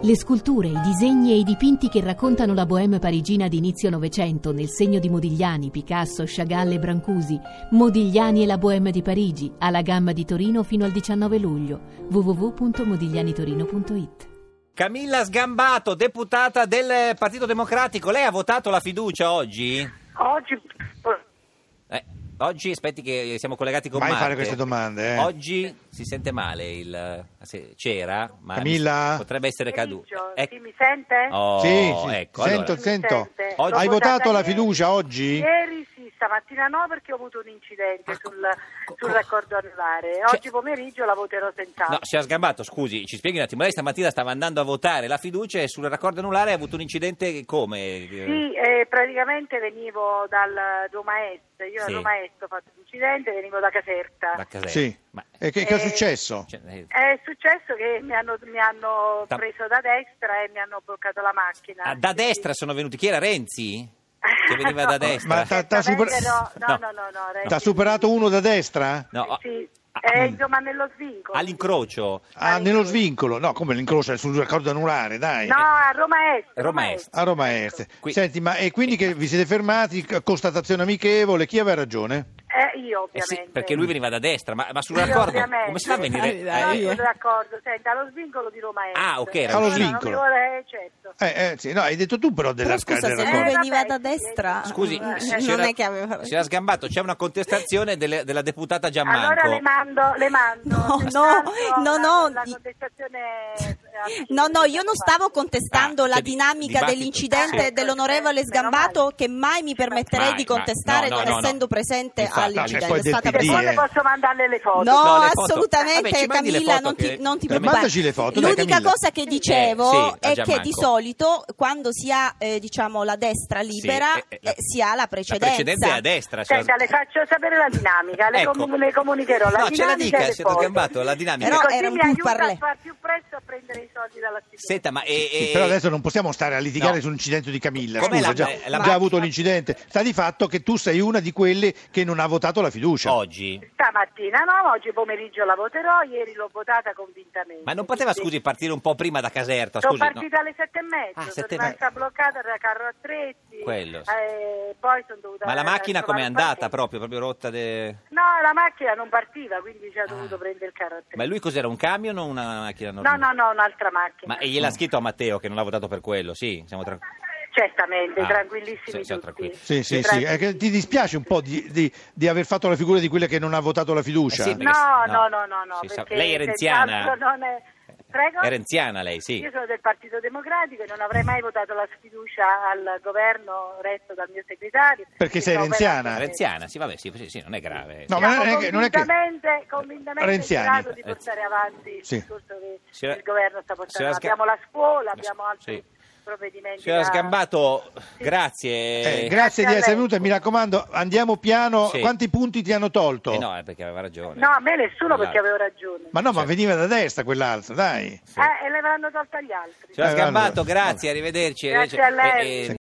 Le sculture, i disegni e i dipinti che raccontano la bohème parigina di inizio Novecento nel segno di Modigliani, Picasso, Chagall e Brancusi. Modigliani e la bohème di Parigi, alla Gamma di Torino fino al 19 luglio. www.modiglianitorino.it. Camilla Sgambato, deputata del Partito Democratico, lei ha votato la fiducia oggi? Oggi, aspetti che siamo collegati con Mai Marte. fare queste domande, Oggi si sente male, c'era, ma Camilla? potrebbe essere caduto. Sì, mi sente? Oh, Sì, ecco, sento, allora. sento. Oggi- Hai votato la ieri. fiducia oggi? Ieri sì, stamattina no, perché ho avuto un incidente sul raccordo anulare. Oggi pomeriggio la voterò senz'altro. No, signora Sgambato, scusi, ci spieghi un attimo. Lei stamattina stava andando a votare la fiducia e sul raccordo anulare ha avuto un incidente come? Sì, praticamente venivo dal Roma Est. Io a Sì. Roma Est ho fatto l'incidente, venivo da Caserta. Da Caserta. Sì. Ma- E che è successo? cioè, È successo che mi hanno Ta- preso da destra e mi hanno bloccato la macchina. da destra sono venuti. Chi era, Renzi? Che veniva da destra? Ma t'ha Certamente No. no, Renzi. T'ha superato uno da destra? No, Sì, insomma nello svincolo. all'incrocio. Ah, nello svincolo? No, come l'incrocio è sul raccordo anulare, dai. No, a Roma Est. Roma Est. A Roma Est. Qui- Senti, ma e quindi che vi siete fermati, constatazione amichevole, chi aveva ragione? Io Sì, ovviamente. perché lui veniva da destra, ma sul Io, raccordo ovviamente. come si fa a venire? No, sul raccordo, senti, allo svincolo di Roma Est. Ah, ok, era Allo vicino. svincolo. Certo. Sì, no, hai detto tu però della Però scusa, del se raccordo. lui veniva vabbè, da sì, destra, Scusi, non signora- è che aveva... signora Sgambato, c'è una contestazione della deputata Giammanco. Allora le mando. No, La contestazione. No, io non stavo contestando Ah, la cioè, dinamica dibattito. dell'incidente Sì. dell'onorevole Meno Sgambato, che mai mi permetterei Mai, di contestare no, non no, essendo no. presente Infatti, all'incidente. poi È del stata PD, Poi le presente. posso mandarle le foto. No, No, le foto. assolutamente, Vabbè, ci mandi le Camilla, foto che- non ti Beh, preoccupare. mandaci le foto, dai, L'unica Camilla. cosa che dicevo sì, a è che Giammanco. di solito quando si ha diciamo la destra libera si ha la precedenza. La precedenza è a destra. Senta, le faccio sapere la dinamica, le, Ecco. le comunicherò la No, ce la dinamica dica, e le signora foto. Sgambato, la dinamica. Però Così era un mi coup aiuta parlé. a far più presto a prendere i soldi dalla fiducia. Senta, ma Sì, però adesso non possiamo stare a litigare No. sull'incidente di Camilla. Com'è Scusa, la- già, la già macchina? avuto l'incidente. Sta di fatto che tu sei una di quelle che non ha votato la fiducia. oggi. Stamattina no, oggi pomeriggio la voterò, ieri l'ho votata convintamente. Ma non poteva, Quindi scusi, partire un po' prima da Caserta? sono Scusi, no. partita alle 7:30, Ah, sono 7:30. rimasta bloccata da carro attrezzi. Quello, sì. Poi sono dovuta Ma la macchina trovare com'è un andata parcheggio. proprio rotta? No, la macchina non partiva, quindi ci ha dovuto prendere il carro attrezzi. Ma lui cos'era, un camion o una macchina normale? No, un'altra macchina. Ma e gliel'ha scritto a Matteo che non ha votato per quello? Sì, siamo Certamente, Ah, tranquillissimi sì, siamo tutti. tranquilli. Sì. Tranquilli. È che ti dispiace un po' di aver fatto la figura di quella che non ha votato la fiducia? Sì, No, Sì, perché lei è renziana? senz'altro non è... Prego? È renziana lei, sì. Io sono del Partito Democratico e non avrei mai votato la sfiducia al governo retto dal mio segretario. Perché sei renziana? Renziana, sì, vabbè, sì, non è grave. No, sì. ma Siamo non è che... convintamente Renziani. in grado di portare avanti il Sì. discorso che Signora- il governo sta portando. signora Sga- Abbiamo la scuola, abbiamo altri Sì. provvedimenti. Signora da- Sgambato, grazie. grazie di a essere lei. venuta, mi raccomando, andiamo piano. Sì. Quanti punti ti hanno tolto? No, è perché aveva ragione. No, a me nessuno perché avevo ragione. Ma no, ma veniva da destra quell'altro, dai. Sì. E le avranno tolto agli altri. Signora Sgambato, allora. grazie, arrivederci. Grazie a lei.